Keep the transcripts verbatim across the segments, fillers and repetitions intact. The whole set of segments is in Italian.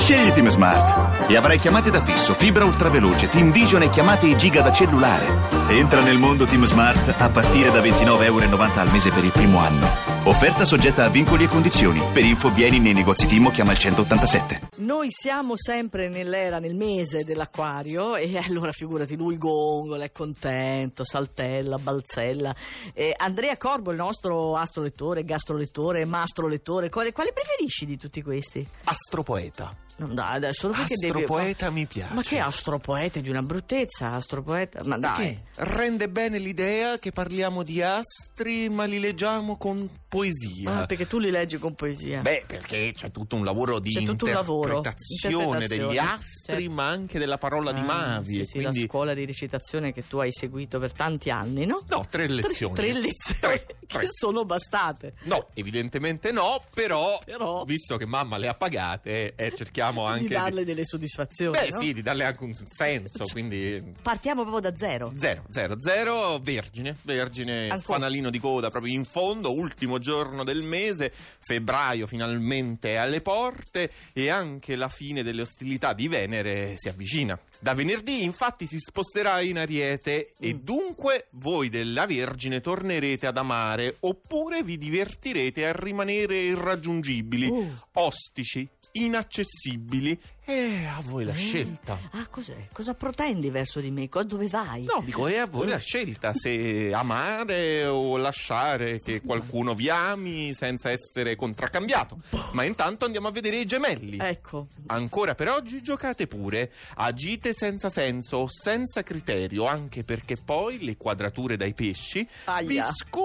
Scegli Team Smart e avrai chiamate da fisso, fibra ultraveloce, Team Vision e chiamate giga da cellulare. Entra nel mondo Team Smart a partire da ventinove virgola novanta euro al mese per il primo anno. Offerta soggetta a vincoli e condizioni. Per info vieni nei negozi Team o chiama il centottantasette. Noi siamo sempre nell'era, nel mese dell'acquario, e allora figurati, lui gongola, è contento, saltella, balzella. Eh, Andrea Corbo, il nostro astrolettore, gastrolettore, mastrolettore, quale, quale preferisci di tutti questi? Astropoeta. No, dai, adesso perché Astropoeta devi... mi piace. Ma che astropoeta? Di una bruttezza, astropoeta? Ma dai. Perché rende bene l'idea che parliamo di astri, ma li leggiamo con poesia. Ah, perché tu li leggi con poesia. Beh, perché c'è tutto un lavoro di c'è tutto un lavoro. interpretazione degli astri, certo. Ma anche della parola ah, di Mavi. Sì, e sì, quindi... la scuola di recitazione che tu hai seguito per tanti anni, no? No, tre lezioni. Tre, tre lezioni tre, tre. che sono bastate. No, evidentemente no, però, però... visto che mamma le ha pagate, eh, cerchiamo anche di darle di... delle soddisfazioni. Beh, no? sì, di darle anche un senso, quindi... Partiamo proprio da zero. Zero, zero, zero, vergine, vergine, Ancora. fanalino di coda proprio in fondo, ultimo giorno del mese, febbraio finalmente è alle porte e anche la fine delle ostilità di Venere si avvicina. Da venerdì infatti si sposterà in Ariete e Mm. dunque voi della Vergine tornerete ad amare oppure vi divertirete a rimanere irraggiungibili, Uh. ostici, inaccessibili e a voi la Eh. scelta. Ah, cos'è? Cosa protendi verso di me? Co- Dove vai? No, dico, è a voi la scelta se amare o lasciare che qualcuno vi ami senza essere contraccambiato. Ma intanto andiamo a vedere i gemelli. Ecco. Ancora per oggi giocate pure, agite senza senso o senza criterio, anche perché poi le quadrature dai pesci Aia. vi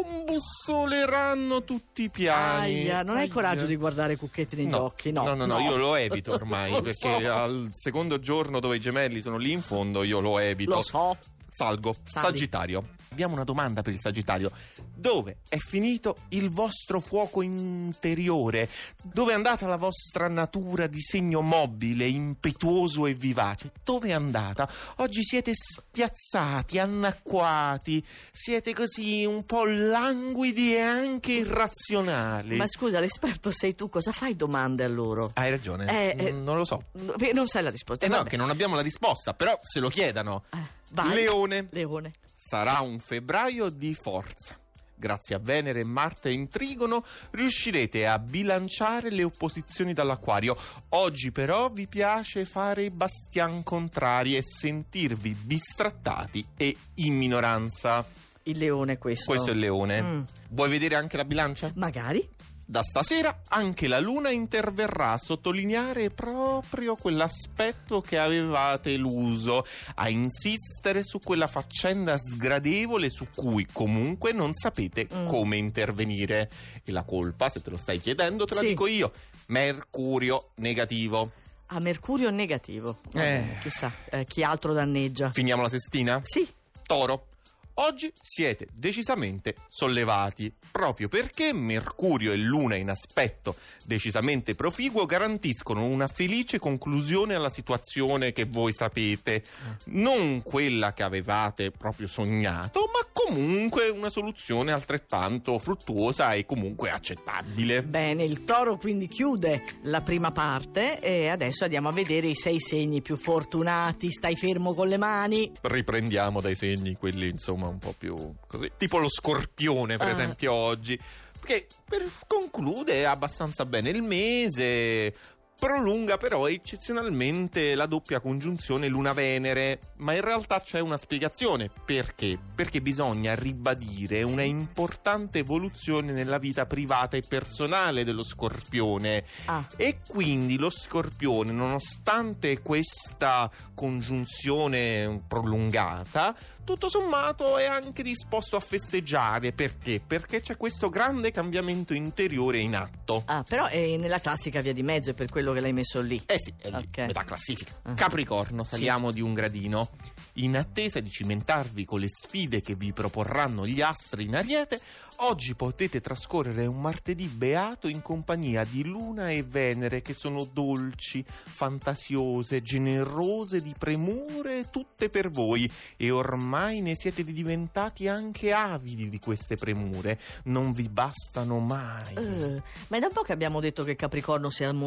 scombussoleranno tutti i piani. Aia, non hai Aia. il coraggio di guardare Cucchetti negli No, occhi? No, no, no, no, io lo evito ormai, Lo perché so. al secondo giorno dove i gemelli sono lì in fondo io lo evito. Lo so. Salgo. Sali. Sagittario. Abbiamo una domanda per il Sagittario. Dove è finito il vostro fuoco interiore? Dove è andata la vostra natura di segno mobile, impetuoso e vivace? Dove è andata? Oggi siete spiazzati, annacquati, siete così un po' languidi e anche irrazionali. Ma scusa, l'esperto sei tu, cosa fai domande a loro? Hai ragione, Eh, eh, Mm, non lo so. Perché non sai la risposta. Eh no, Vabbè. che non abbiamo la risposta, però se lo chiedano. Eh, vai. Leone. Leone. Sarà un febbraio di forza. Grazie a Venere e Marte in trigono riuscirete a bilanciare le opposizioni dall'Acquario. Oggi però vi piace fare i bastian contrari e sentirvi bistrattati e in minoranza. Il leone questo. Questo è il Leone. Mm. Vuoi vedere anche la bilancia? Magari. Da stasera anche la Luna interverrà a sottolineare proprio quell'aspetto che avevate eluso, a insistere su quella faccenda sgradevole su cui comunque non sapete Mm. come intervenire. E la colpa, se te lo stai chiedendo, te la Sì. dico io. Mercurio negativo. A Mercurio negativo. Eh. Chissà, eh, chi altro danneggia. Finiamo la sestina? Sì. Toro. Oggi siete decisamente sollevati, proprio perché Mercurio e Luna in aspetto decisamente proficuo garantiscono una felice conclusione alla situazione che voi sapete. Non quella che avevate proprio sognato, ma comunque una soluzione altrettanto fruttuosa e comunque accettabile. Bene, il Toro quindi chiude la prima parte e adesso andiamo a vedere i sei segni più fortunati. Stai fermo con le mani. Riprendiamo dai segni quelli insomma un po' più così, tipo lo Scorpione per Ah. esempio oggi, che per, conclude abbastanza bene il mese, prolunga però eccezionalmente la doppia congiunzione Luna-Venere, ma in realtà c'è una spiegazione. Perché? Perché bisogna ribadire una importante evoluzione nella vita privata e personale dello Scorpione. Ah. E quindi lo Scorpione, nonostante questa congiunzione prolungata, tutto sommato è anche disposto a festeggiare. Perché? Perché c'è questo grande cambiamento interiore in atto. Ah, però è nella classica via di mezzo, è per quello che l'hai messo lì. Eh sì, è lì, Ok. metà classifica. Ah. Capricorno, saliamo di un gradino. In attesa di cimentarvi con le sfide che vi proporranno gli astri in Ariete, oggi potete trascorrere un martedì beato in compagnia di Luna e Venere, che sono dolci, fantasiose, generose di premure, tutte per voi, e ormai ne siete diventati anche avidi di queste premure. Non vi bastano mai. Eh, ma è da un po' che abbiamo detto che Capricorno si è ammorbidito.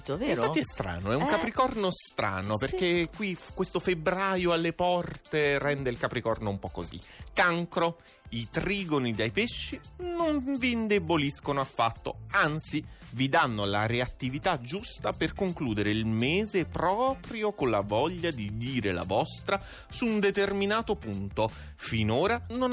capito, vero? Infatti è strano, è un Eh. Capricorno strano, perché qui f- questo febbraio alle porte rende il Capricorno un po' così. Cancro, i trigoni dai pesci non vi indeboliscono affatto, anzi vi danno la reattività giusta per concludere il mese proprio con la voglia di dire la vostra su un determinato punto. Finora non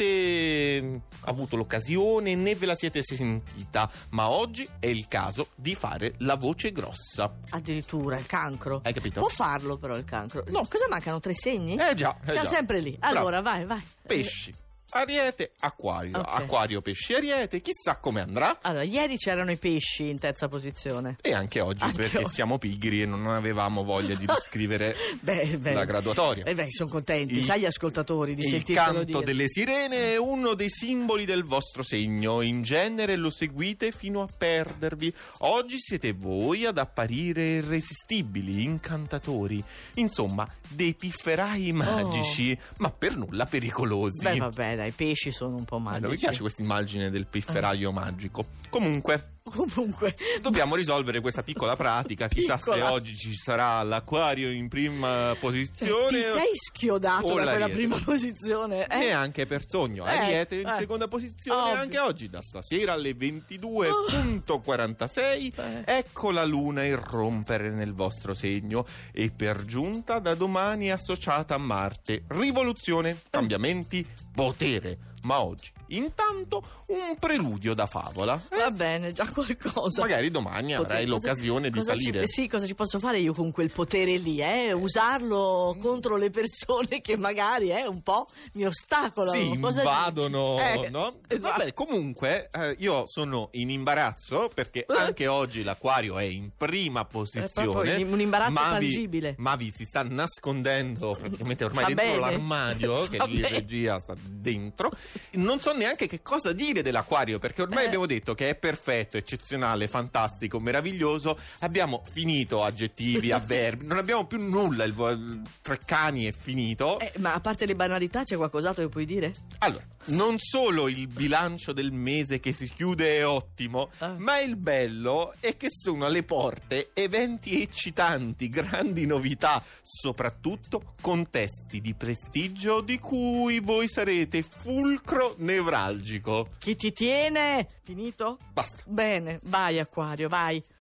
avete avuto l'occasione né ve la siete sentita, ma oggi è il caso di fare la voce grossa. Addirittura il cancro. Hai capito? Può farlo però il cancro. No. Cosa mancano? Tre segni? Eh già, eh Siamo già. sempre lì. Bravo. Allora, vai, vai. Pesci, Ariete, Acquario. Ok. Acquario, Pesci, Ariete. Chissà come andrà. Allora, ieri c'erano i pesci in terza posizione. E anche oggi, Anche perché oggi. siamo pigri e non avevamo voglia di riscrivere Beh, beh. la graduatoria. Eh beh, sono contenti, Il- sai gli ascoltatori di Il sentirtelo canto dire. delle sirene è uno dei simboli del vostro segno. In genere lo seguite fino a perdervi. Oggi siete voi ad apparire irresistibili, incantatori. Insomma, dei pifferai magici, ma per nulla pericolosi. Beh, vabbè, dai, i pesci sono un po' Bello, magici. mi piace questa immagine del pifferaio magico. Comunque, Comunque, dobbiamo risolvere questa piccola pratica. Chissà se Piccola. oggi ci sarà l'Aquario in prima posizione. ti sei schiodato o da quella l'Ariete. prima posizione? Eh? Neanche per sogno. Eh, Ariete in eh. seconda posizione Ovvio. anche oggi, da stasera alle ventidue e quarantasei. Eh. Ecco la luna irrompere nel vostro segno e per giunta da domani è associata a Marte. Rivoluzione, cambiamenti, potere. Ma oggi, intanto, un preludio da favola. Eh, Va bene, già qualcosa. Magari domani avrai Potere- l'occasione di cosa salire. Ci, sì, cosa ci posso fare io con quel potere lì? Eh? Usarlo contro le persone che magari eh, un po' mi ostacolano. Sì, Cosa invadono, dici? Eh, no? esatto. Vabbè, comunque eh, io sono in imbarazzo perché anche oggi l'Aquario è in prima posizione. proprio un imbarazzo ma vi- tangibile. ma vi si sta nascondendo praticamente ormai Va dentro bene. l'armadio che Va lì in bene. regia sta dentro. Non so neanche che cosa dire dell'Aquario, perché ormai Eh. abbiamo detto che è perfetto, eccezionale, fantastico, meraviglioso. Abbiamo finito aggettivi, avverbi, non abbiamo più nulla. Il, vo- il Treccani è finito. Eh, ma a parte le banalità c'è qualcos'altro che puoi dire? Allora, non solo il bilancio del mese che si chiude è ottimo, Ah. ma il bello è che sono alle porte eventi eccitanti, grandi novità, soprattutto contesti di prestigio di cui voi sarete fulcro nevralgico. Chi ti tiene? Finito? Basta. Bene, vai Acquario, vai.